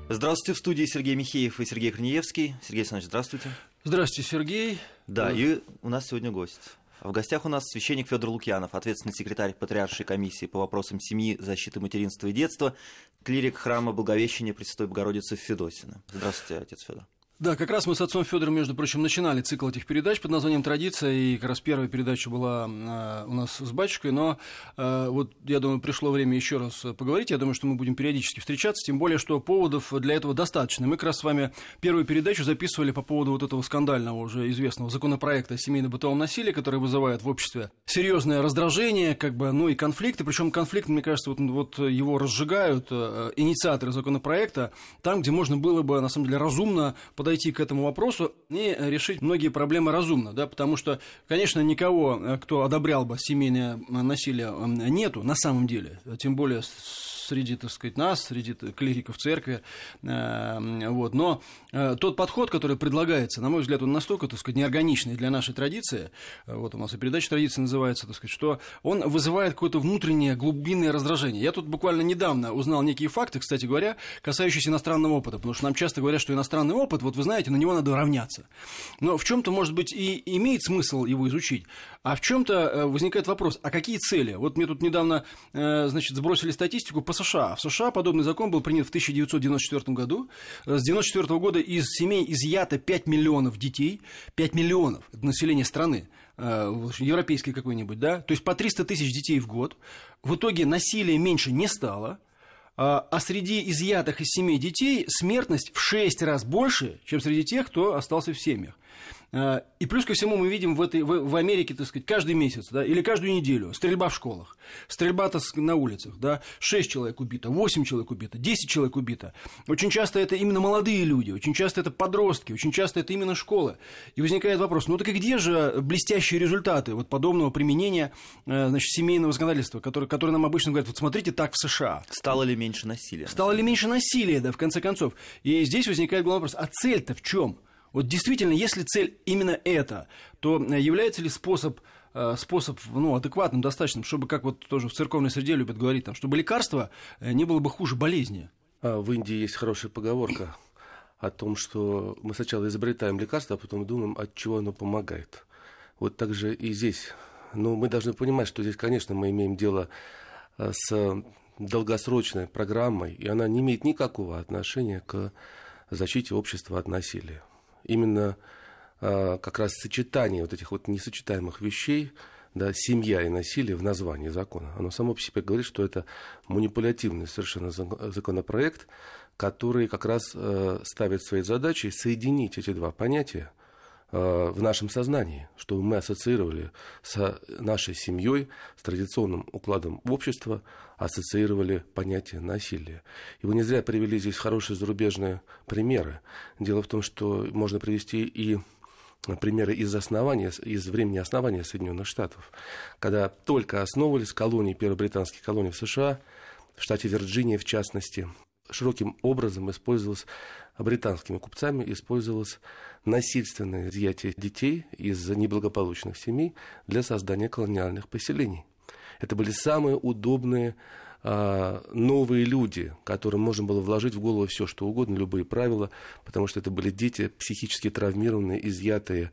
Здравствуйте, в студии Сергей Михеев и Сергей Корнеевский. Сергей Александрович, здравствуйте. Здравствуйте, Сергей. Да, и у нас сегодня гость. В гостях у нас священник Федор Лукьянов, ответственный секретарь Патриаршей комиссии по вопросам семьи, защиты материнства и детства, клирик храма Благовещения Пресвятой Богородицы в Федосино. Здравствуйте, отец Федор. Да, как раз мы с отцом Федором, между прочим, начинали цикл этих передач под названием «Традиция», и как раз первая передача была у нас с батюшкой, но вот, я думаю, пришло время еще раз поговорить, я думаю, что мы будем периодически встречаться, тем более, что поводов для этого достаточно. Мы как раз с вами первую передачу записывали по поводу вот этого скандального, уже известного законопроекта о семейно-бытовом насилии, который вызывает в обществе серьезное раздражение, ну и конфликты, причем конфликт, мне кажется, вот его разжигают инициаторы законопроекта, там, где можно было бы, на самом деле, разумно подойти к этому вопросу и решить многие проблемы разумно, да, потому что, конечно, никого, кто одобрял бы семейное насилие, нету на самом деле, тем более среди, так сказать, нас, среди клириков церкви, вот, но тот подход, который предлагается, на мой взгляд, он настолько, так сказать, неорганичный для нашей традиции, вот у нас и передача «Традиция» называется, так сказать, что он вызывает какое-то внутреннее глубинное раздражение. Я тут буквально недавно узнал некие факты, кстати говоря, касающиеся иностранного опыта, потому что нам часто говорят, что иностранный опыт, вот вы знаете, на него надо равняться. Но в чем-то, может быть, и имеет смысл его изучить, а в чем-то возникает вопрос, а какие цели? Вот мне тут недавно, значит, сбросили статистику по США. В США подобный закон был принят в 1994 году. С 1994 года из семей изъято 5 миллионов детей. 5 миллионов. Это население страны. Европейской какой-нибудь, да? То есть по 300 тысяч детей в год. В итоге насилия меньше не стало. А среди изъятых из семей детей смертность в 6 раз больше, чем среди тех, кто остался в семьях. И плюс ко всему мы видим в Америке, так сказать, каждый месяц, да, или каждую неделю стрельба в школах, стрельба на улицах, да, 6 человек убито, 8 человек убито, 10 человек убито. Очень часто это именно молодые люди, очень часто это подростки, очень часто это именно школы. И возникает вопрос, ну так и где же блестящие результаты вот подобного применения, значит, семейного законодательства, которое нам обычно говорят, вот смотрите, так в США. Стало ли меньше насилия? Стало ли меньше насилия, да, в конце концов. И здесь возникает главный вопрос, а цель-то в чем? Вот действительно, если цель именно это, то является ли способ адекватным, достаточным, чтобы, как вот тоже в церковной среде любят говорить, там, чтобы лекарство не было бы хуже болезни? В Индии есть хорошая поговорка о том, что мы сначала изобретаем лекарство, а потом думаем, от чего оно помогает. Вот так же и здесь. Но мы должны понимать, что здесь, конечно, мы имеем дело с долгосрочной программой, и она не имеет никакого отношения к защите общества от насилия. Именно как раз сочетание вот этих вот несочетаемых вещей, да, семья и насилие в названии закона, оно само по себе говорит, что это манипулятивный совершенно законопроект, который как раз ставит своей задачей соединить эти два понятия в нашем сознании, чтобы мы ассоциировали с нашей семьей, с традиционным укладом общества, ассоциировали понятие насилия. И вы не зря привели здесь хорошие зарубежные примеры. Дело в том, что можно привести и примеры из времени основания Соединенных Штатов, когда только основывались колонии, первые британские колонии в США, в штате Вирджиния в частности, широким образом британскими купцами использовалось насильственное изъятие детей из неблагополучных семей для создания колониальных поселений. Это были самые удобные новые люди, которым можно было вложить в голову все, что угодно, любые правила, потому что это были дети психически травмированные, изъятые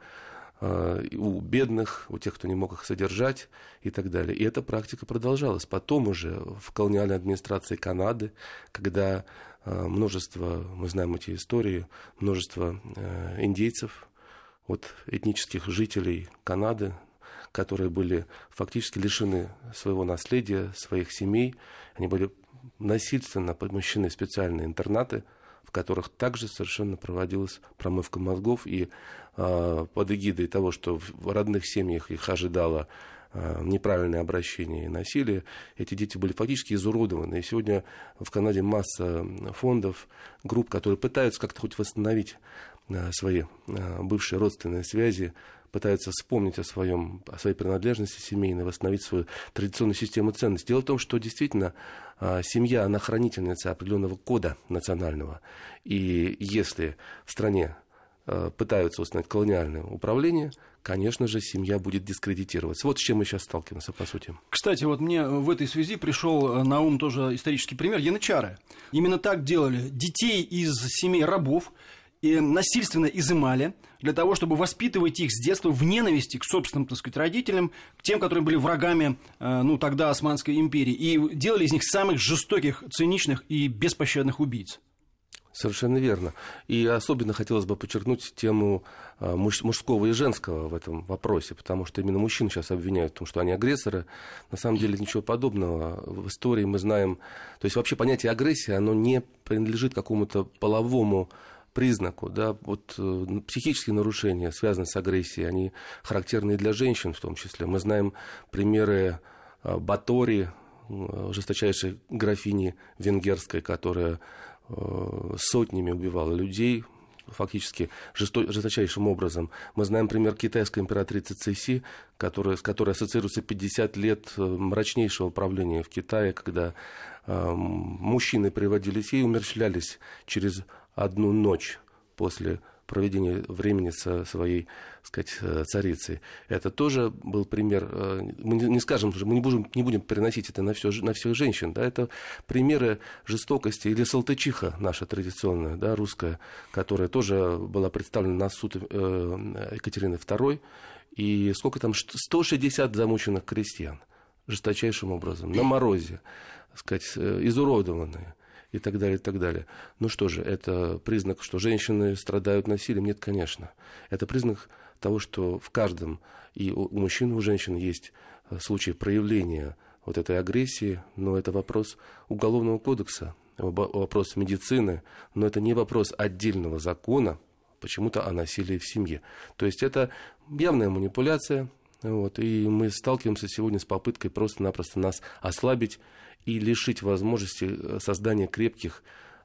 у бедных, у тех, кто не мог их содержать и так далее. И эта практика продолжалась. Потом уже в колониальной администрации Канады, когда множество, мы знаем эти истории, множество индейцев, этнических жителей Канады, которые были фактически лишены своего наследия, своих семей, они были насильственно помещены в специальные интернаты, в которых также совершенно проводилась промывка мозгов, и под эгидой того, что в родных семьях их ожидало неправильное обращение и насилие, эти дети были фактически изуродованы. И сегодня в Канаде масса фондов, групп, которые пытаются как-то хоть восстановить свои бывшие родственные связи, пытаются вспомнить о своей принадлежности семейной, восстановить свою традиционную систему ценностей. Дело в том, что действительно семья, она хранительница определенного кода национального. И если в стране пытаются установить колониальное управление, конечно же, семья будет дискредитироваться. Вот с чем мы сейчас сталкиваемся, по сути. Кстати, вот мне в этой связи пришел на ум тоже исторический пример янычары. Именно так делали. Детей из семей рабов и насильственно изымали для того, чтобы воспитывать их с детства в ненависти к собственным, так сказать, родителям, к тем, которые были врагами, тогда Османской империи, и делали из них самых жестоких, циничных и беспощадных убийц. Совершенно верно. И особенно хотелось бы подчеркнуть тему мужского и женского в этом вопросе, потому что именно мужчин сейчас обвиняют в том, что они агрессоры. На самом деле ничего подобного. В истории мы знаем... То есть вообще понятие агрессии, оно не принадлежит какому-то половому признаку. Да? Вот психические нарушения, связанные с агрессией, они характерны и для женщин в том числе. Мы знаем примеры Батори, жесточайшей графини венгерской, которая сотнями убивала людей, фактически жесточайшим образом. Мы знаем пример китайской императрицы Цэйси, с которой ассоциируется 50 лет мрачнейшего правления в Китае, когда мужчины приводились и умерщвлялись через одну ночь после проведения времени со своей, так сказать, царицей. Это тоже был пример. Мы не скажем, мы не будем переносить это на всех женщин. Да, это примеры жестокости. Или Салтычиха наша традиционная, да, русская, которая тоже была представлена на суд Екатерины II. И сколько там? 160 замученных крестьян жесточайшим образом, на морозе, так сказать, изуродованные. И так далее, и так далее. Ну что же, это признак, что женщины страдают насилием? Нет, конечно. Это признак того, что в каждом, и у мужчин, и у женщин есть случаи проявления вот этой агрессии, но это вопрос уголовного кодекса, вопрос медицины, но это не вопрос отдельного закона, почему-то о насилии в семье. То есть это явная манипуляция, вот, и мы сталкиваемся сегодня с попыткой просто-напросто нас ослабить и лишить возможности создания крепких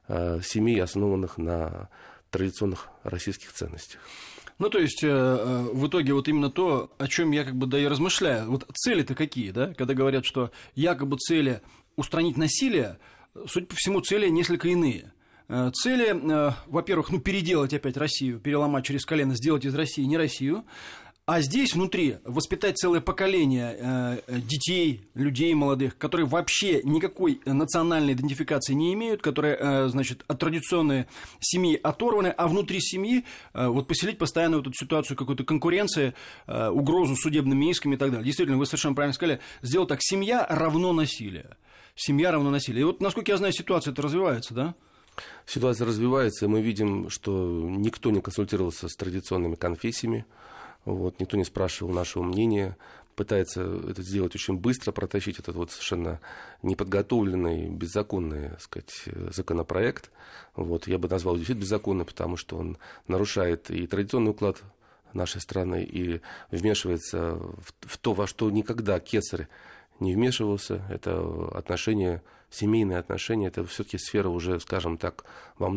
семей, основанных на традиционных российских ценностях. Ну, то есть, в итоге вот именно то, о чем я и размышляю. Вот цели-то какие, да? Когда говорят, что якобы цели устранить насилие, судя по всему, цели несколько иные. Цели, во-первых, переделать опять Россию, переломать через колено, сделать из России не Россию. А здесь внутри воспитать целое поколение детей, людей молодых, которые вообще никакой национальной идентификации не имеют, которые, значит, от традиционной семьи оторваны, а внутри семьи вот поселить постоянно вот эту ситуацию какой-то конкуренции, угрозу судебными исками и так далее. Действительно, вы совершенно правильно сказали, сделать так: семья равно насилие. Семья равно насилие. И вот, насколько я знаю, ситуация это развивается, да? Ситуация развивается, и мы видим, что никто не консультировался с традиционными конфессиями. Вот, никто не спрашивал нашего мнения, пытается это сделать очень быстро, протащить этот вот совершенно неподготовленный, беззаконный, так сказать, законопроект. Вот, я бы назвал его действительно беззаконным, потому что он нарушает и традиционный уклад нашей страны, и вмешивается в то, во что никогда кесарь не вмешивался. Это отношения, семейные отношения, это все-таки сфера уже, скажем так, во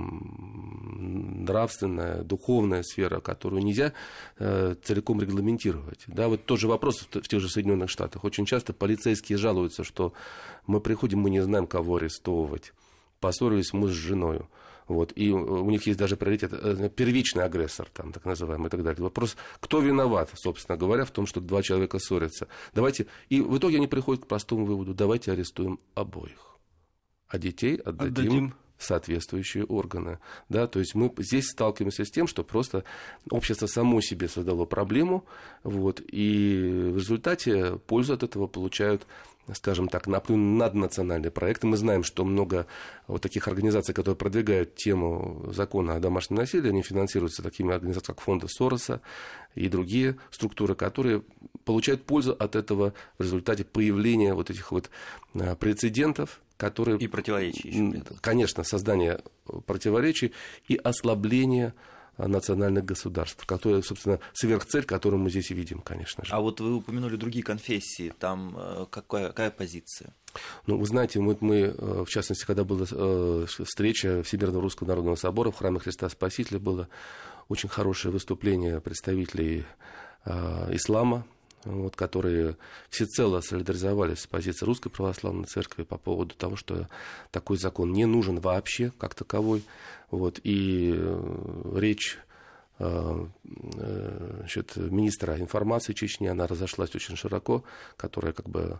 многом нравственная, духовная сфера, которую нельзя целиком регламентировать. Да, вот тот же вопрос в тех же Соединенных Штатах. Очень часто полицейские жалуются, что мы приходим, мы не знаем, кого арестовывать. Поссорились мы с женой. Вот, и у них есть даже приоритет, первичный агрессор, там, так называемый, и так далее. Вопрос, кто виноват, собственно говоря, в том, что два человека ссорятся. Давайте, и в итоге они приходят к простому выводу: давайте арестуем обоих, а детей отдадим в соответствующие органы. Да, то есть мы здесь сталкиваемся с тем, что просто общество само себе создало проблему, вот, и в результате пользу от этого получают, скажем так, наднациональные проекты. Мы знаем, что много вот таких организаций, которые продвигают тему закона о домашнем насилии, они финансируются такими организациями, как фонды Сороса и другие структуры, которые получают пользу от этого в результате появления вот этих вот прецедентов, которые... И противоречий еще. Конечно, создание противоречий и ослабление национальных государств, которые, собственно, сверхцель, которую мы здесь и видим, конечно же. А вот вы упомянули другие конфессии, там какая позиция? Ну, вы знаете, мы, в частности, когда была встреча Всемирного Русского Народного Собора в храме Христа Спасителя, было очень хорошее выступление представителей ислама, вот, которые всецело солидаризовались с позицией Русской Православной Церкви по поводу того, что такой закон не нужен вообще как таковой. Вот, и речь министра информации Чечни, она разошлась очень широко, которая как бы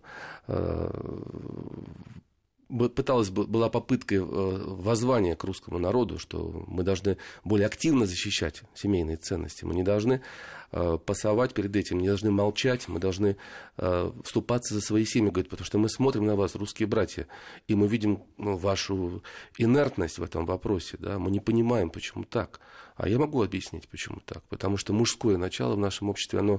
была попыткой воззвания к русскому народу, что мы должны более активно защищать семейные ценности. Мы не должны пасовать перед этим, не должны молчать, мы должны вступаться за свои семьи, говорит, потому что мы смотрим на вас, русские братья, и мы видим вашу инертность в этом вопросе, да? Мы не понимаем, почему так. А я могу объяснить, почему так. Потому что мужское начало в нашем обществе, оно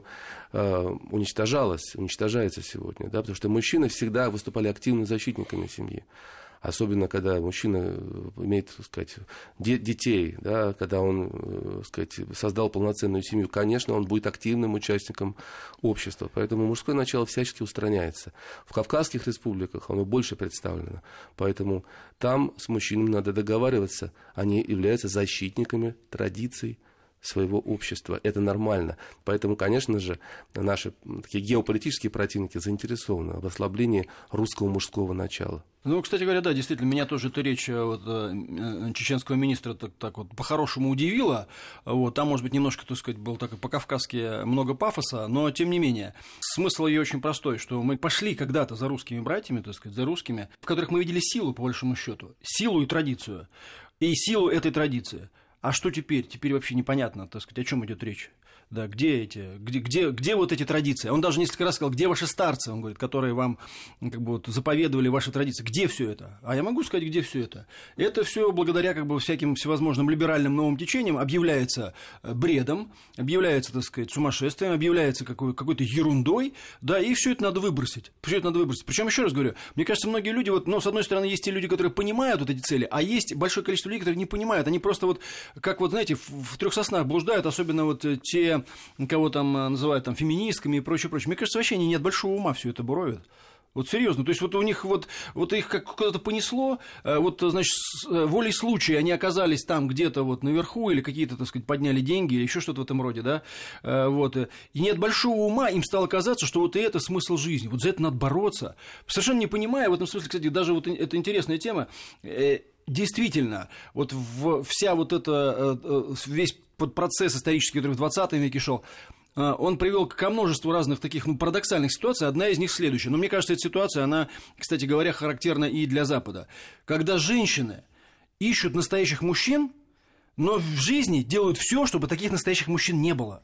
уничтожается сегодня. Да? Потому что мужчины всегда выступали активными защитниками семьи. Особенно, когда мужчина имеет, так сказать, детей, да, когда он, так сказать, создал полноценную семью, конечно, он будет активным участником общества. Поэтому мужское начало всячески устраняется. В Кавказских республиках оно больше представлено. Поэтому там с мужчинами надо договариваться. Они являются защитниками традиций своего общества. Это нормально. Поэтому, конечно же, наши такие геополитические противники заинтересованы в ослаблении русского мужского начала. Ну, кстати говоря, да, действительно, меня тоже эта речь чеченского министра так вот по-хорошему удивила. Вот, там, может быть, немножко, так сказать, было так по-кавказски много пафоса, но, тем не менее, смысл ее очень простой, что мы пошли когда-то за русскими братьями, так сказать, за русскими, в которых мы видели силу, по большому счету, силу и традицию, и силу этой традиции. А что теперь? Теперь вообще непонятно, так сказать, о чем идет речь. Да, где вот эти традиции? Он даже несколько раз сказал, где ваши старцы, он говорит, которые вам как бы вот заповедовали ваши традиции. Где все это? А я могу сказать, где все это? Это все благодаря как бы всяким всевозможным либеральным новым течениям объявляется бредом, объявляется, так сказать, сумасшествием, объявляется какой-то ерундой, да, и все это надо выбросить. Причем еще раз говорю, мне кажется, многие люди, вот, ну, с одной стороны, есть те люди, которые понимают вот эти цели, а есть большое количество людей, которые не понимают. Они просто вот, как вот, знаете, в трех соснах блуждают, особенно вот те, кого там называют там феминистками и прочее. Мне кажется, вообще они не от большого ума все это буровят. Вот серьезно, то есть вот у них вот их как куда-то понесло, вот, значит, волей случая они оказались там где-то вот наверху или какие-то, так сказать, подняли деньги или еще что-то в этом роде, да, вот, и не от большого ума им стало казаться, что вот и это смысл жизни, вот за это надо бороться, совершенно не понимая, в этом смысле, кстати, даже вот это интересная тема, действительно, вот вся вот эта, весь процесс исторический, который в 20 веке шел, он привел ко множеству разных таких парадоксальных ситуаций. Одна из них следующая. Но мне кажется, эта ситуация, она, кстати говоря, характерна и для Запада. Когда женщины ищут настоящих мужчин, но в жизни делают все, чтобы таких настоящих мужчин не было.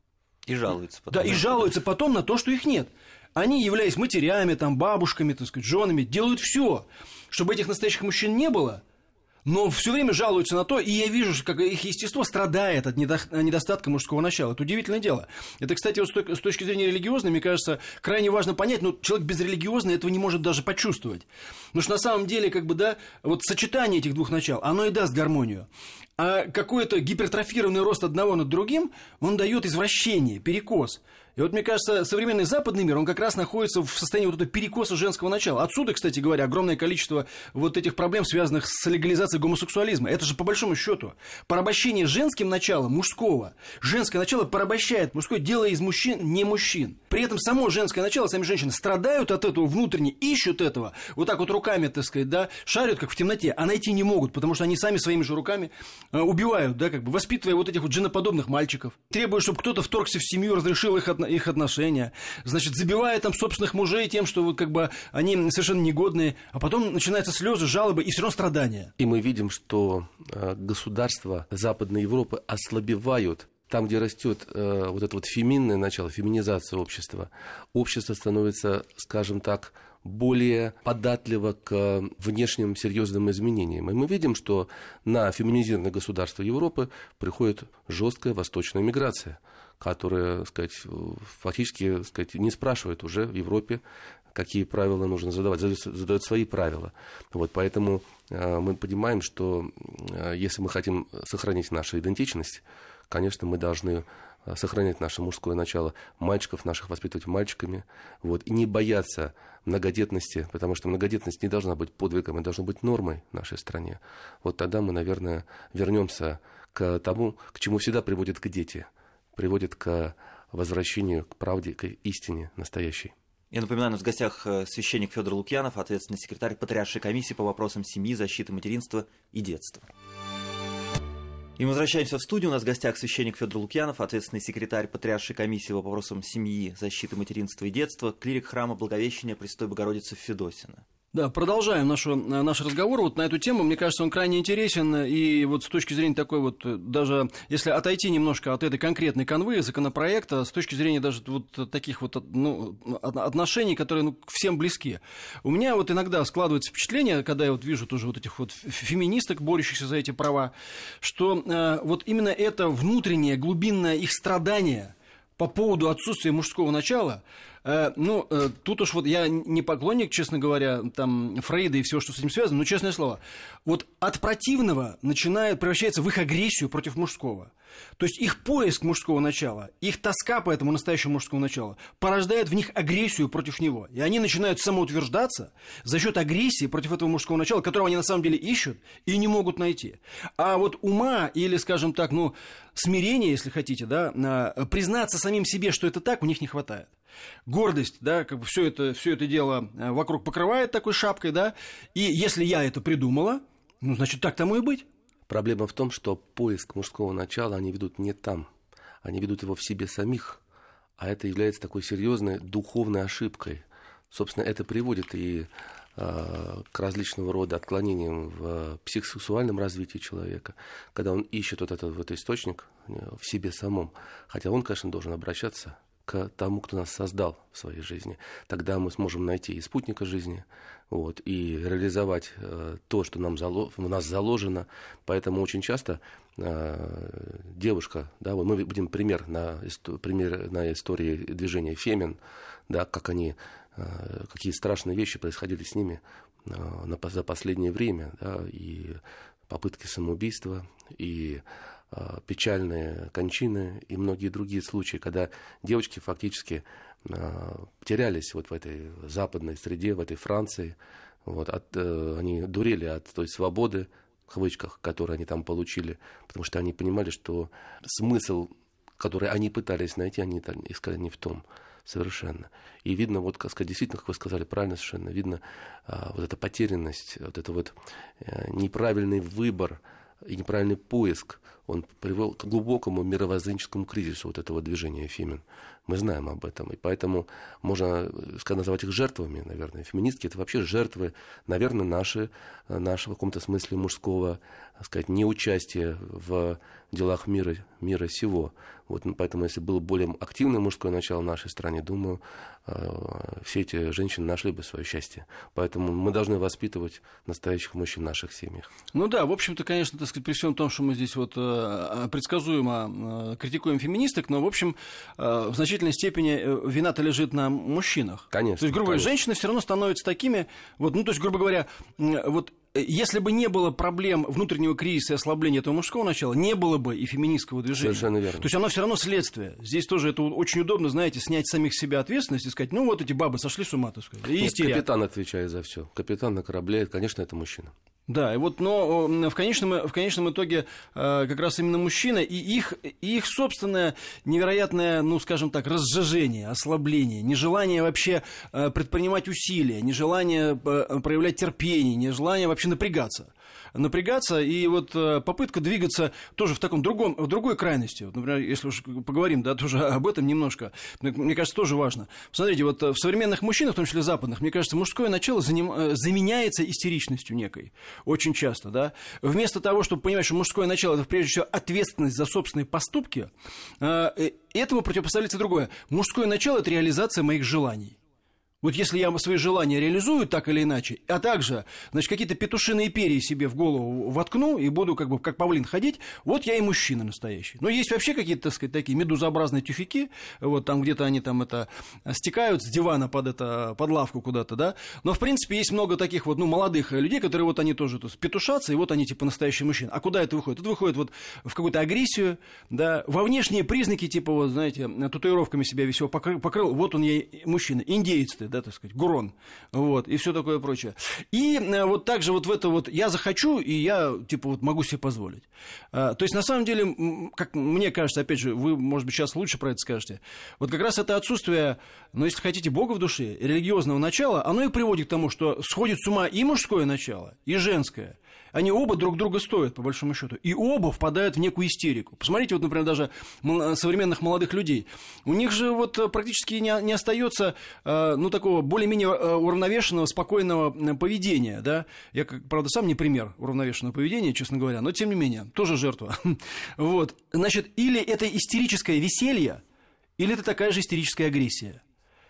И жалуются потом. Да, и жалуются потом на то, что их нет. Они, являясь матерями, там, бабушками, так сказать, женами, делают все, чтобы этих настоящих мужчин не было. Но все время жалуются на то, и я вижу, как их естество страдает от недостатка мужского начала. Это удивительное дело. Это, кстати, вот с точки зрения религиозной, мне кажется, крайне важно понять, но человек безрелигиозный этого не может даже почувствовать. Потому что на самом деле, как бы, да, вот сочетание этих двух начал, оно и даст гармонию. А какой-то гипертрофированный рост одного над другим, он дает извращение, перекос. И вот, мне кажется, современный западный мир, он как раз находится в состоянии вот этого перекоса женского начала. Отсюда, кстати говоря, огромное количество вот этих проблем, связанных с легализацией гомосексуализма. Это же, по большому счету, порабощение женским началом мужского. Женское начало порабощает мужское, делая из мужчин не мужчин. При этом само женское начало, сами женщины страдают от этого внутренне, ищут этого, вот так вот руками, так сказать, да, шарят, как в темноте, а найти не могут, потому что они сами своими же руками убивают, да, как бы воспитывая вот этих вот женоподобных мальчиков, требуя, чтобы кто-то вторгся в семью, разрешил их отношения, значит, забивая там собственных мужей тем, что вот как бы они совершенно негодные, а потом начинаются слезы, жалобы и все равно страдания. И мы видим, что государства Западной Европы ослабевают. Там, где растет вот это вот феминное начало, феминизация общества, общество становится, скажем так, более податливо к внешним серьезным изменениям. И мы видим, что на феминизированные государства Европы приходит жесткая восточная миграция, которая, так сказать, фактически, так сказать, не спрашивает уже в Европе, какие правила нужно задавать, задают свои правила. Вот, поэтому мы понимаем, что если мы хотим сохранить нашу идентичность, конечно, мы должны сохранять наше мужское начало, мальчиков наших воспитывать мальчиками, вот, и не бояться многодетности, потому что многодетность не должна быть подвигом, а должна быть нормой в нашей стране. Вот тогда мы, наверное, вернемся к тому, к чему всегда приводят к дети, приводит к возвращению к правде, к истине настоящей. Я напоминаю, у нас в гостях священник Федор Лукьянов, ответственный секретарь Патриаршей комиссии по вопросам семьи, защиты материнства и детства. И мы возвращаемся в студию. У нас в гостях священник Федор Лукьянов, ответственный секретарь Патриаршей комиссии по вопросам семьи, защиты материнства и детства, клирик храма Благовещения Пресвятой Богородицы в Федосино. Да, продолжаем наш разговор вот на эту тему. Мне кажется, он крайне интересен. И вот с точки зрения такой вот, даже если отойти немножко от этой конкретной канвы законопроекта, с точки зрения даже вот таких вот отношений, которые всем близки. У меня вот иногда складывается впечатление, когда я вот вижу тоже вот этих вот феминисток, борющихся за эти права, что вот именно это внутреннее, глубинное их страдание по поводу отсутствия мужского начала. Тут уж вот я не поклонник, честно говоря, там, Фрейда и всего, что с этим связано, но, честное слово, вот от противного превращается в их агрессию против мужского. То есть их поиск мужского начала, их тоска по этому настоящему мужскому началу порождает в них агрессию против него. И они начинают самоутверждаться за счет агрессии против этого мужского начала, которого они на самом деле ищут и не могут найти. А вот ума или, скажем так, смирения, если хотите, да, признаться самим себе, что это так, у них не хватает. Гордость, да, как бы все это дело вокруг покрывает такой шапкой, да, и если я это придумала, значит, так тому и быть. Проблема в том, что поиск мужского начала они ведут не там, они ведут его в себе самих, а это является такой серьезной духовной ошибкой. Собственно, это приводит и к различного рода отклонениям в психосексуальном развитии человека, когда он ищет вот этот вот источник в себе самом, хотя он, конечно, должен обращаться к тому, кто нас создал в своей жизни. Тогда мы сможем найти и спутника жизни, и реализовать то, что в нас заложено. Поэтому очень часто девушка, да, мы видим пример на истории движения «Фемин», да, какие страшные вещи происходили с ними за последнее время, да, и попытки самоубийства, и печальные кончины и многие другие случаи, когда девочки фактически терялись вот в этой западной среде, в этой Франции. Они дурели от той свободы, в кавычках, которую они там получили, потому что они понимали, что смысл, который они пытались найти, они искали не в том совершенно. И видно, действительно, как вы сказали, правильно совершенно, видно вот эта потерянность, вот это вот неправильный выбор и неправильный поиск, он привел к глубокому мировоззренческому кризису вот этого движения «Фемин». Мы знаем об этом, и поэтому можно назвать их жертвами, наверное. Феминистки — это вообще жертвы, наверное, нашего в каком-то смысле мужского, так сказать, неучастия в делах мира сего. Поэтому, если было более активное мужское начало в нашей стране, думаю, все эти женщины нашли бы свое счастье. Поэтому мы должны воспитывать настоящих мужчин в наших семьях. В общем-то, конечно, так сказать, при всем том, что мы здесь предсказуемо критикуем феминисток, но, в общем, в значительной степени вина-то лежит на мужчинах. Конечно. То есть, грубо говоря, женщины все равно становятся такими, то есть, грубо говоря, если бы не было проблем внутреннего кризиса и ослабления этого мужского начала, не было бы и феминистского движения. Совершенно верно. То есть оно все равно следствие. Здесь тоже это очень удобно, знаете, снять с самих себя ответственность и сказать, эти бабы сошли с ума, так сказать. И капитан отвечает за все. Капитан на корабле, конечно, это мужчина. Да, но в конечном итоге как раз именно мужчина и их собственное невероятное, скажем так, разжижение, ослабление, нежелание вообще предпринимать усилия, нежелание проявлять терпение, нежелание вообще напрягаться и попытка двигаться тоже в другой крайности. Например, если уж поговорим, да, тоже об этом немножко, мне кажется, тоже важно. Смотрите, в современных мужчинах, в том числе западных, мне кажется, мужское начало заменяется истеричностью некой. Очень часто, да. Вместо того, чтобы понимать, что мужское начало — это прежде всего ответственность за собственные поступки, этому противопоставляется другое. Мужское начало — это реализация моих желаний. Если я свои желания реализую так или иначе, а также, какие-то петушиные перья себе в голову воткну и буду как павлин ходить, я и мужчина настоящий. Но есть вообще какие-то, так сказать, такие медузообразные тюфяки, там где-то они стекают с дивана под лавку куда-то, да. Но, в принципе, есть много таких молодых людей, которые они тоже петушатся, и они настоящие мужчины. А куда это выходит? Это выходит в какую-то агрессию, да, во внешние признаки, знаете, татуировками себя весело покрыл, он я мужчина, индеец ты, да, так сказать, гурон, и все такое прочее. И также в это я захочу, и я, могу себе позволить. То есть, на самом деле, как мне кажется, опять же, вы, может быть, сейчас лучше про это скажете, как раз это отсутствие, если хотите, Бога в душе, религиозного начала, оно и приводит к тому, что сходит с ума и мужское начало, и женское. Они оба друг друга стоят, по большому счету. И оба впадают в некую истерику. Посмотрите, вот, например, даже современных молодых людей. У них же вот практически не остается, ну, такого более-менее уравновешенного, спокойного поведения, да. Я, правда, сам не пример уравновешенного поведения, честно говоря, но, тем не менее, тоже жертва. Вот. Значит, или это истерическое веселье, или это такая же истерическая агрессия.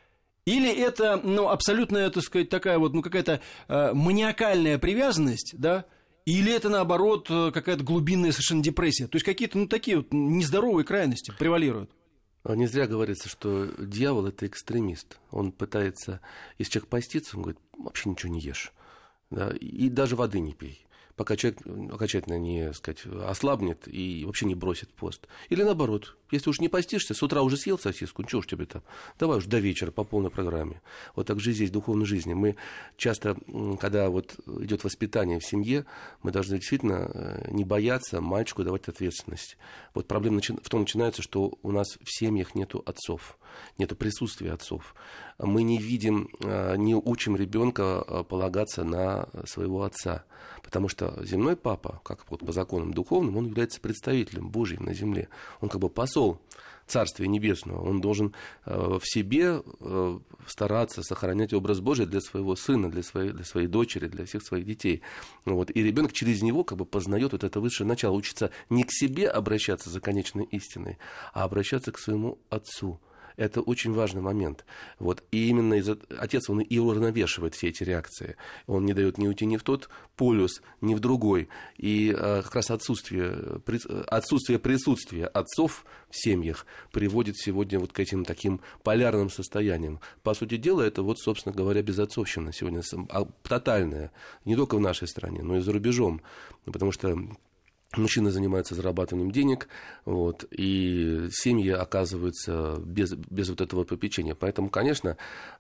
Или это, ну, абсолютная, так сказать, такая вот, ну, какая-то маниакальная привязанность, да, или это, наоборот, какая-то глубинная совершенно депрессия. То есть какие-то, ну, такие вот нездоровые крайности превалируют. Не зря говорится, что дьявол – это экстремист. Он пытается, если человек постится, он говорит, вообще ничего не ешь, да, и даже воды не пей, пока человек окончательно не, сказать, ослабнет и вообще не бросит пост. Или наоборот, если уж не постишься, с утра уже съел сосиску, ну чего уж тебе там, давай уж до вечера по полной программе. Вот так же здесь, в духовной жизни. Мы часто, когда вот идет воспитание в семье, мы должны действительно не бояться мальчику давать ответственность. Вот проблема в том начинается, что у нас в семьях нету отцов, нету присутствия отцов. Мы не видим, не учим ребенка полагаться на своего отца, потому что земной папа, как вот по законам духовным, он является представителем Божьим на земле. Он как бы посол Царствия Небесного. Он должен в себе стараться сохранять образ Божий для своего сына, для своей дочери, для всех своих детей. Вот. И ребенок через него как бы познает вот это высшее начало, учится не к себе обращаться за конечной истиной, а обращаться к своему отцу. Это очень важный момент. Вот. И именно отец, он и уравновешивает все эти реакции. Он не дает ни уйти ни в тот полюс, ни в другой. И как раз отсутствие присутствия отцов в семьях приводит сегодня вот к этим таким полярным состояниям. По сути дела, это вот, собственно говоря, безотцовщина сегодня тотальная. Не только в нашей стране, но и за рубежом. Потому что мужчины занимаются зарабатыванием денег, вот, и семьи оказываются без вот этого попечения. Поэтому, конечно,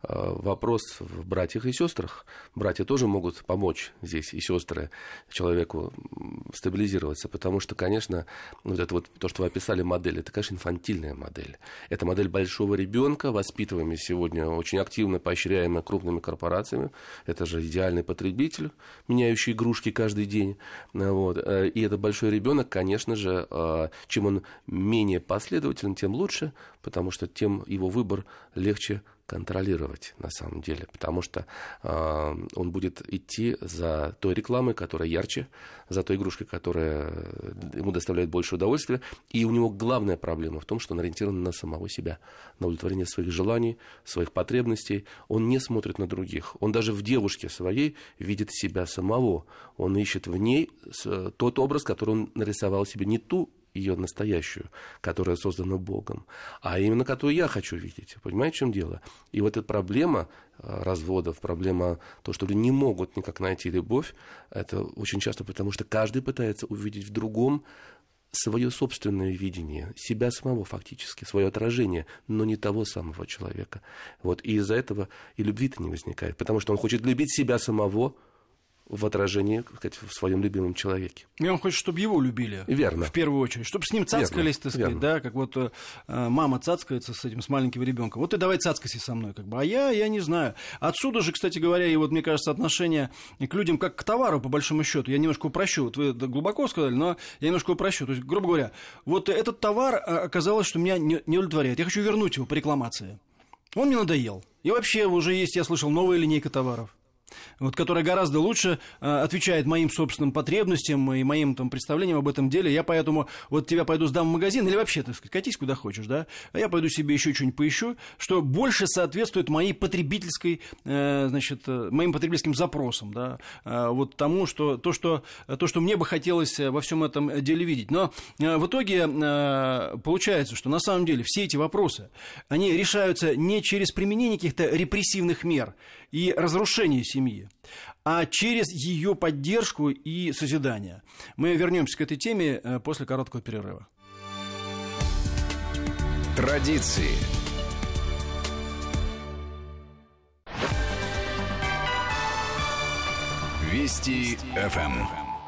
вопрос в братьях и сестрах. Братья тоже могут помочь здесь, и сестры, человеку стабилизироваться, потому что, конечно, вот это вот то, что вы описали, модель, это, конечно, инфантильная модель. Это модель большого ребенка, воспитываемая сегодня очень активно, поощряемая крупными корпорациями. Это же идеальный потребитель, меняющий игрушки каждый день. Вот, и это большой ребенок, конечно же, чем он менее последователен, тем лучше, потому что тем его выбор легче контролировать на самом деле, потому что он будет идти за той рекламой, которая ярче, за той игрушкой, которая ему доставляет больше удовольствия, и у него главная проблема в том, что он ориентирован на самого себя, на удовлетворение своих желаний, своих потребностей, он не смотрит на других, он даже в девушке своей видит себя самого, он ищет в ней тот образ, который он нарисовал себе, не ту ее настоящую, которая создана Богом, а именно которую я хочу видеть. Понимаете, в чем дело? И вот эта проблема разводов, проблема того, что люди не могут никак найти любовь, это очень часто потому, что каждый пытается увидеть в другом свое собственное видение, себя самого фактически, свое отражение, но не того самого человека. Вот. И из-за этого и любви-то не возникает, потому что он хочет любить себя самого в отражении, так сказать, в своем любимом человеке. И он хочет, чтобы его любили. Верно. В первую очередь. Чтобы с ним цацкались, так сказать, верно. Да, как вот мама цацкается с маленьким ребенком. Вот ты давай цацкайся со мной, как бы. А я не знаю. Отсюда же, кстати говоря, и вот, мне кажется, отношение к людям как к товару, по большому счету. Я немножко упрощу. Вот вы глубоко сказали, но я немножко упрощу. То есть, грубо говоря, вот этот товар оказалось, что меня не удовлетворяет. Я хочу вернуть его по рекламации. Он мне надоел. И вообще уже есть, я слышал, новая линейка товаров, вот, которая гораздо лучше отвечает моим собственным потребностям и моим там представлениям об этом деле. Я поэтому вот тебя пойду сдам в магазин, или вообще, так сказать, катись куда хочешь, да, а я пойду себе еще что-нибудь поищу, что больше соответствует моей потребительской, моим потребительским запросам, да, вот тому, что мне бы хотелось во всем этом деле видеть. Но в итоге получается, что на самом деле все эти вопросы, они решаются не через применение каких-то репрессивных мер и разрушение семьи, а через ее поддержку и созидание. Мы вернемся к этой теме после короткого перерыва. Традиции. Вести ФМ.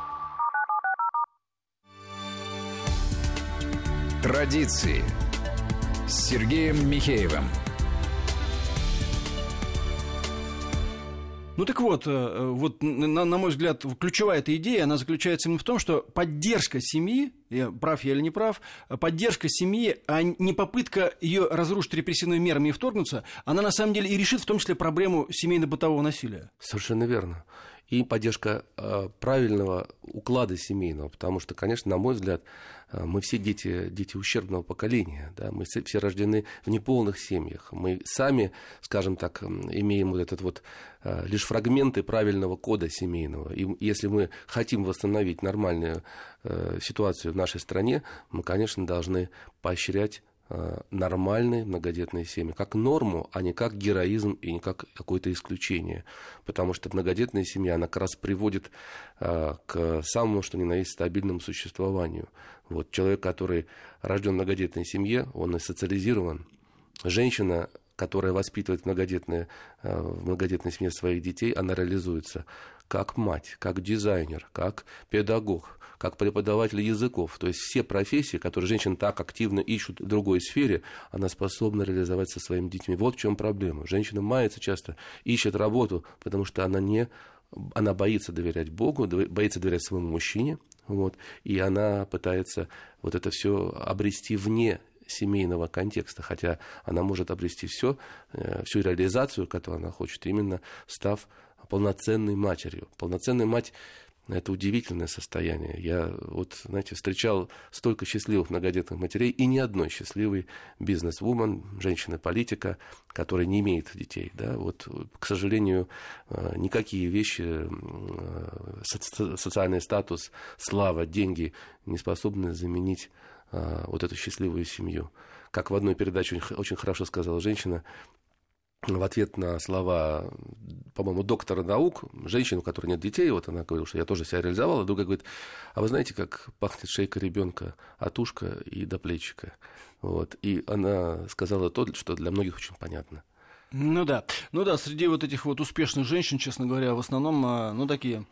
Традиции с Сергеем Михеевым. Ну так вот, на мой взгляд, ключевая эта идея, она заключается именно в том, что поддержка семьи, прав я или не прав, поддержка семьи, а не попытка ее разрушить репрессивными мерами и вторгнуться, она на самом деле и решит в том числе проблему семейно-бытового насилия. Совершенно верно. И поддержка правильного уклада семейного, потому что, конечно, на мой взгляд, мы все дети ущербного поколения, да? Мы все рождены в неполных семьях, мы сами, скажем так, имеем вот этот вот лишь фрагменты правильного кода семейного, и если мы хотим восстановить нормальную ситуацию в нашей стране, мы, конечно, должны поощрять нормальные многодетные семьи, как норму, а не как героизм и не как какое-то исключение. Потому что многодетная семья, она как раз приводит к самому, что ни на есть, стабильному существованию. Вот человек, который рожден в многодетной семье, он и социализирован. Женщина, которая воспитывает в многодетной семье своих детей, она реализуется как мать, как дизайнер, как педагог, как преподаватель языков. То есть все профессии, которые женщины так активно ищут в другой сфере, она способна реализовать со своими детьми. Вот в чем проблема. Женщина мается часто, ищет работу, потому что она боится доверять Богу, боится доверять своему мужчине, вот, и она пытается вот это все обрести вне семейного контекста, хотя она может обрести всю реализацию, которую она хочет, именно став полноценной матерью. Полноценная мать — это удивительное состояние. Я встречал столько счастливых многодетных матерей и ни одной счастливой бизнес-вумен, женщины-политика, которая не имеет детей. Да? Вот, к сожалению, никакие вещи, социальный статус, слава, деньги не способны заменить вот эту счастливую семью. Как в одной передаче очень хорошо сказала женщина, в ответ на слова, по-моему, доктора наук, женщину, у которой нет детей, вот она говорила, что я тоже себя реализовала, другая говорит, а вы знаете, как пахнет шейка ребенка от ушка и до плечика? Вот. И она сказала то, что для многих очень понятно. Ну да, среди вот этих вот успешных женщин, честно говоря, в основном, такие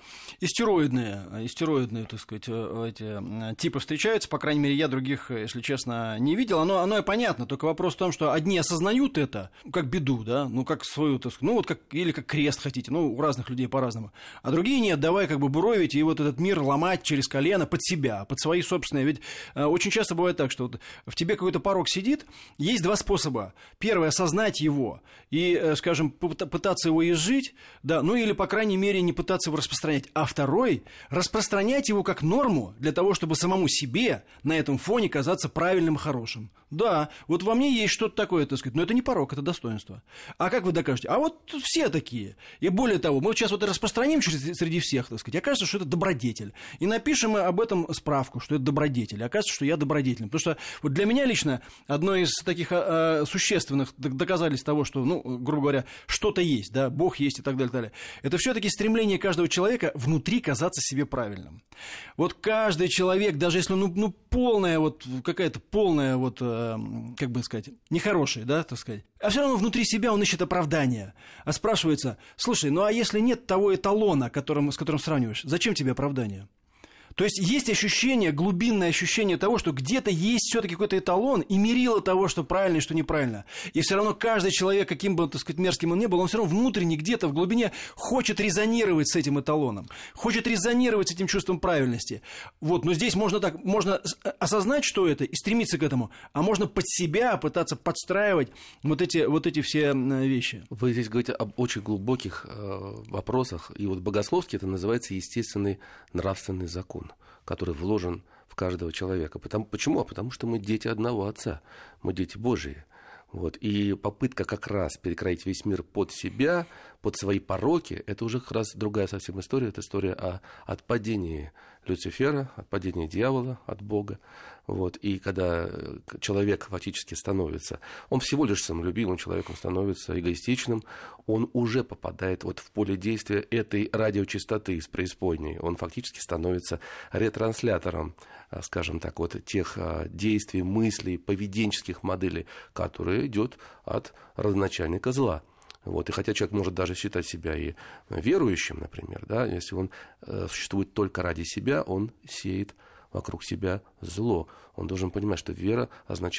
истероидные, так сказать, эти типы встречаются, по крайней мере, я других, если честно, не видел, оно и понятно, только вопрос в том, что одни осознают это, как беду, да, как свою, так сказать, или как крест хотите, у разных людей по-разному, а другие нет, давай как бы буровить и вот этот мир ломать через колено под себя, под свои собственные, ведь очень часто бывает так, что вот в тебе какой-то порок сидит, есть два способа, первый — осознать его, и, скажем, пытаться его изжить, да, или, по крайней мере, не пытаться его распространять. А второй — распространять его как норму для того, чтобы самому себе на этом фоне казаться правильным и хорошим. Да, вот во мне есть что-то такое, так сказать, но это не порок, это достоинство. А как вы докажете? А вот все такие. И более того, мы сейчас вот распространим среди всех, так сказать, окажется, что это добродетель. И напишем мы об этом справку, что это добродетель. Окажется, что я добродетельный. Потому что вот для меня лично одно из таких существенных доказательств того, что, грубо говоря, что-то есть, да, Бог есть и так далее, так далее. Это все-таки стремление каждого человека внутри казаться себе правильным. Вот каждый человек, даже если полная вот, какая-то полная вот, как бы сказать, нехорошая, да, так сказать, а все равно внутри себя он ищет оправдания. А спрашивается, слушай, а если нет того эталона, с которым сравниваешь, зачем тебе оправдание? То есть есть ощущение, глубинное ощущение того, что где-то есть все-таки какой-то эталон и мерило того, что правильно и что неправильно. И все равно каждый человек, каким бы, так сказать, мерзким он ни был, он все равно внутренне, где-то в глубине хочет резонировать с этим эталоном, хочет резонировать с этим чувством правильности. Вот, но здесь можно осознать, что это, и стремиться к этому, а можно под себя пытаться подстраивать вот эти все вещи. Вы здесь говорите об очень глубоких вопросах, и вот богословски это называется естественный нравственный закон, который вложен в каждого человека. Почему? Потому что мы дети одного Отца, мы дети Божии. Вот. И попытка как раз перекроить весь мир под себя, под свои пороки, это уже как раз другая совсем история. Это история о отпадении Люцифера, от падения дьявола от Бога. Вот. И когда человек фактически становится, он всего лишь самолюбивым человеком, становится эгоистичным, он уже попадает вот в поле действия этой радиочастоты из преисподней. Он фактически становится ретранслятором, скажем так, вот тех действий, мыслей, поведенческих моделей, которые идут от родоначальника зла. Вот. И хотя человек может даже считать себя и верующим, например, да, если он существует только ради себя, он сеет вокруг себя зло. Он должен понимать, что вера означает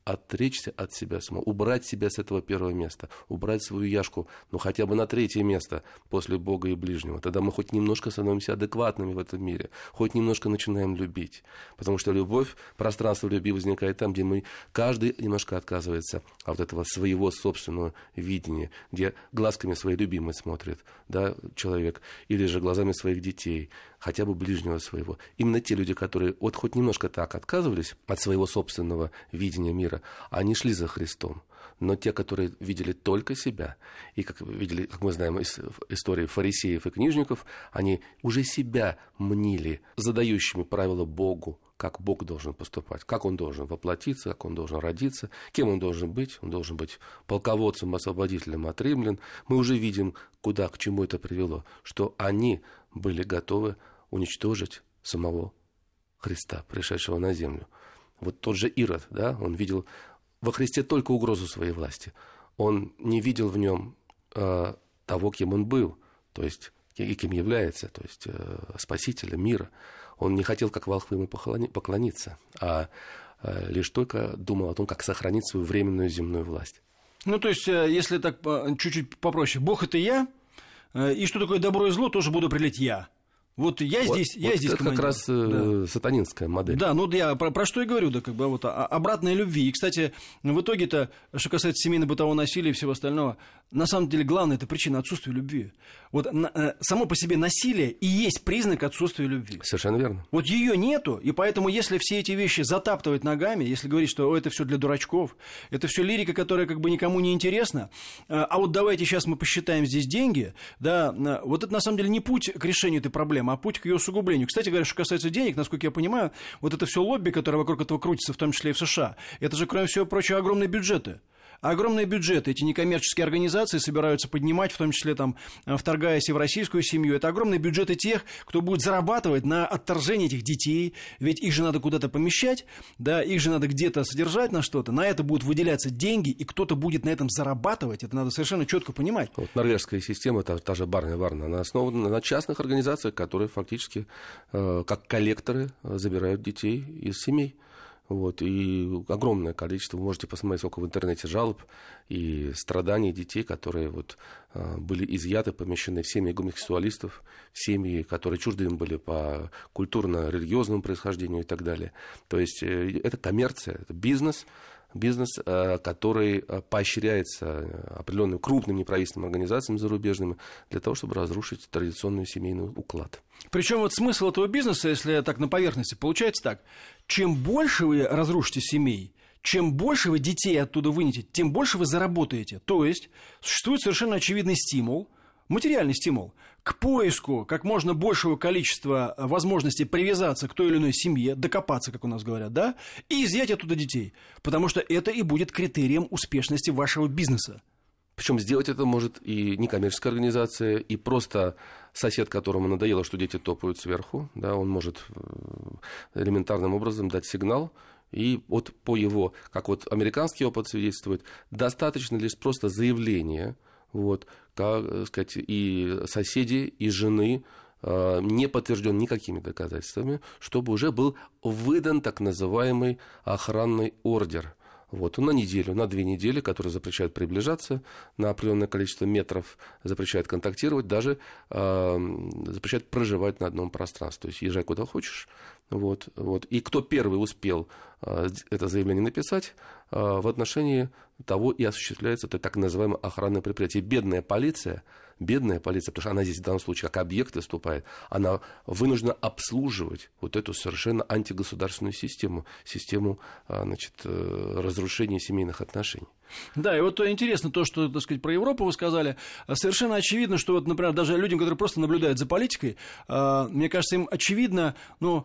отречься от себя самого, убрать себя с этого первого места, убрать свою яшку, ну, хотя бы на 3-е место после Бога и ближнего. Тогда мы хоть немножко становимся адекватными в этом мире, хоть немножко начинаем любить. Потому что любовь, пространство любви возникает там, где каждый немножко отказывается от этого своего собственного видения, где глазками своей любимой смотрит, да, человек, или же глазами своих детей, хотя бы ближнего своего. Именно те люди, которые вот хоть немножко так отказывались от своего собственного видения мира, они шли за Христом. Но те, которые видели только себя, и как мы знаем из истории фарисеев и книжников, они уже себя мнили задающими правила Богу, как Бог должен поступать, как Он должен воплотиться, как Он должен родиться, кем Он должен быть. Он должен быть полководцем, освободителем от римлян. Мы уже видим, куда, к чему это привело, что они были готовы уничтожить самого Христа, пришедшего на землю. Вот тот же Ирод, да, он видел во Христе только угрозу своей власти. Он не видел в нем того, кем он был, то есть и кем является, то есть спасителя мира. Он не хотел, как волхвы, ему поклониться, а лишь только думал о том, как сохранить свою временную земную власть. Ну, то есть, если так чуть-чуть попроще, Бог — это я, и что такое добро и зло, тоже буду определять я. Вот я здесь, я здесь это командир. как раз сатанинская модель. Да, ну я про что и говорю, да, как бы вот обратной любви. И, кстати, в итоге-то, что касается семейно-бытового насилия и всего остального, на самом деле главная это причина отсутствия любви. Вот само по себе насилие и есть признак отсутствия любви. Совершенно верно. Вот ее нету, и поэтому, если все эти вещи затаптывать ногами, если говорить, что это все для дурачков, это все лирика, которая как бы никому не интересна, а вот давайте сейчас мы посчитаем здесь деньги, да, вот это на самом деле не путь к решению этой проблемы, а путь к ее усугублению. Кстати говоря, что касается денег, насколько я понимаю, вот это все лобби, которое вокруг этого крутится, в том числе и в США, это же, кроме всего прочего, огромные бюджеты. Огромные бюджеты эти некоммерческие организации собираются поднимать, в том числе там, вторгаясь и в российскую семью. Это огромные бюджеты тех, кто будет зарабатывать на отторжении этих детей, ведь их же надо куда-то помещать, да, их же надо где-то содержать на что-то, на это будут выделяться деньги, и кто-то будет на этом зарабатывать, это надо совершенно четко понимать. Вот норвежская система, та же Барна Варна, она основана на частных организациях, которые фактически как коллекторы забирают детей из семей. Вот, и огромное количество, вы можете посмотреть, сколько в интернете жалоб и страданий детей, которые вот, были изъяты, помещены в семьи гомосексуалистов, в семьи, которые чужды им были по культурно-религиозному происхождению и так далее. То есть это коммерция, это бизнес, который поощряется определенным крупным неправительственным организациям зарубежными для того, чтобы разрушить традиционный семейный уклад. Причем вот смысл этого бизнеса, если так на поверхности, получается так: чем больше вы разрушите семей, чем больше вы детей оттуда вынете, тем больше вы заработаете. То есть существует совершенно очевидный стимул, материальный стимул, к поиску как можно большего количества возможностей привязаться к той или иной семье, докопаться, как у нас говорят, да, и изъять оттуда детей. Потому что это и будет критерием успешности вашего бизнеса. Причем сделать это может и некоммерческая организация, и просто сосед, которому надоело, что дети топают сверху, да, он может элементарным образом дать сигнал, и вот по его, как вот американский опыт свидетельствует, достаточно лишь просто заявления, вот, как сказать, и соседи, и жены, не подтвержден никакими доказательствами, чтобы уже был выдан так называемый охранный ордер. Вот, на неделю, на 2 недели, который запрещает приближаться на определенное количество метров, запрещает контактировать, даже запрещает проживать на одном пространстве. То есть езжай куда хочешь. Вот. И кто первый успел это заявление написать, в отношении того и осуществляется это так называемое охранное предприятие. Бедная полиция, потому что она здесь в данном случае как объект выступает, она вынуждена обслуживать вот эту совершенно антигосударственную систему, значит, разрушения семейных отношений. Да, и вот интересно то, что, так сказать, про Европу вы сказали. Совершенно очевидно, что, вот, например, даже людям, которые просто наблюдают за политикой, мне кажется, им очевидно,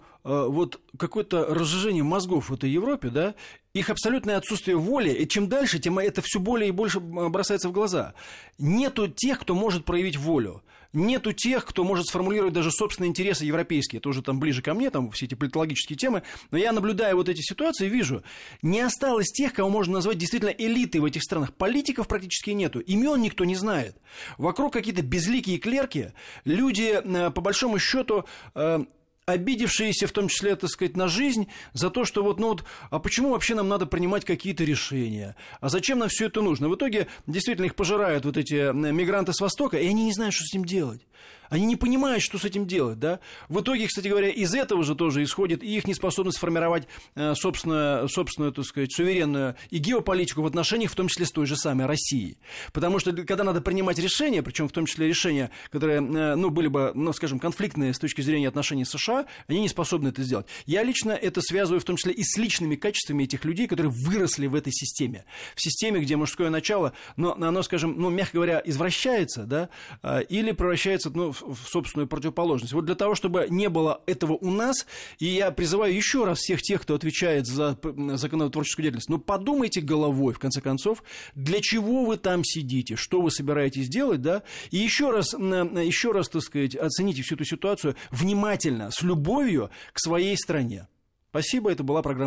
вот какое-то разжижение мозгов в этой Европе, да, их абсолютное отсутствие воли, и чем дальше, тем это все более и больше бросается в глаза. Нету тех, кто может проявить волю. Нету тех, кто может сформулировать даже собственные интересы европейские. Это уже там ближе ко мне, там все эти политологические темы. Но я, наблюдая вот эти ситуации, вижу, не осталось тех, кого можно назвать действительно элитой в этих странах. Политиков практически нету, имен никто не знает. Вокруг какие-то безликие клерки, люди, по большому счету, обидевшиеся, в том числе, так сказать, на жизнь, за то, что а почему вообще нам надо принимать какие-то решения? А зачем нам все это нужно? В итоге, действительно, их пожирают вот эти мигранты с Востока, и они не знают, что с этим делать. Они не понимают, что с этим делать, да? В итоге, кстати говоря, из этого же тоже исходит и их неспособность формировать собственную, так сказать, суверенную и геополитику в отношениях, в том числе с той же самой Россией. Потому что, когда надо принимать решения, причем в том числе решения, которые, были бы, скажем, конфликтные с точки зрения отношений с США, они не способны это сделать. Я лично это связываю в том числе и с личными качествами этих людей, которые выросли в этой системе. В системе, где мужское начало, оно, скажем, мягко говоря, извращается, да, или превращается, в собственную противоположность. Вот для того, чтобы не было этого у нас, и я призываю еще раз всех тех, кто отвечает за законотворческую деятельность, подумайте головой, в конце концов, для чего вы там сидите, что вы собираетесь делать, да, и еще раз, так сказать, оцените всю эту ситуацию внимательно, с любовью к своей стране. Спасибо, это была программа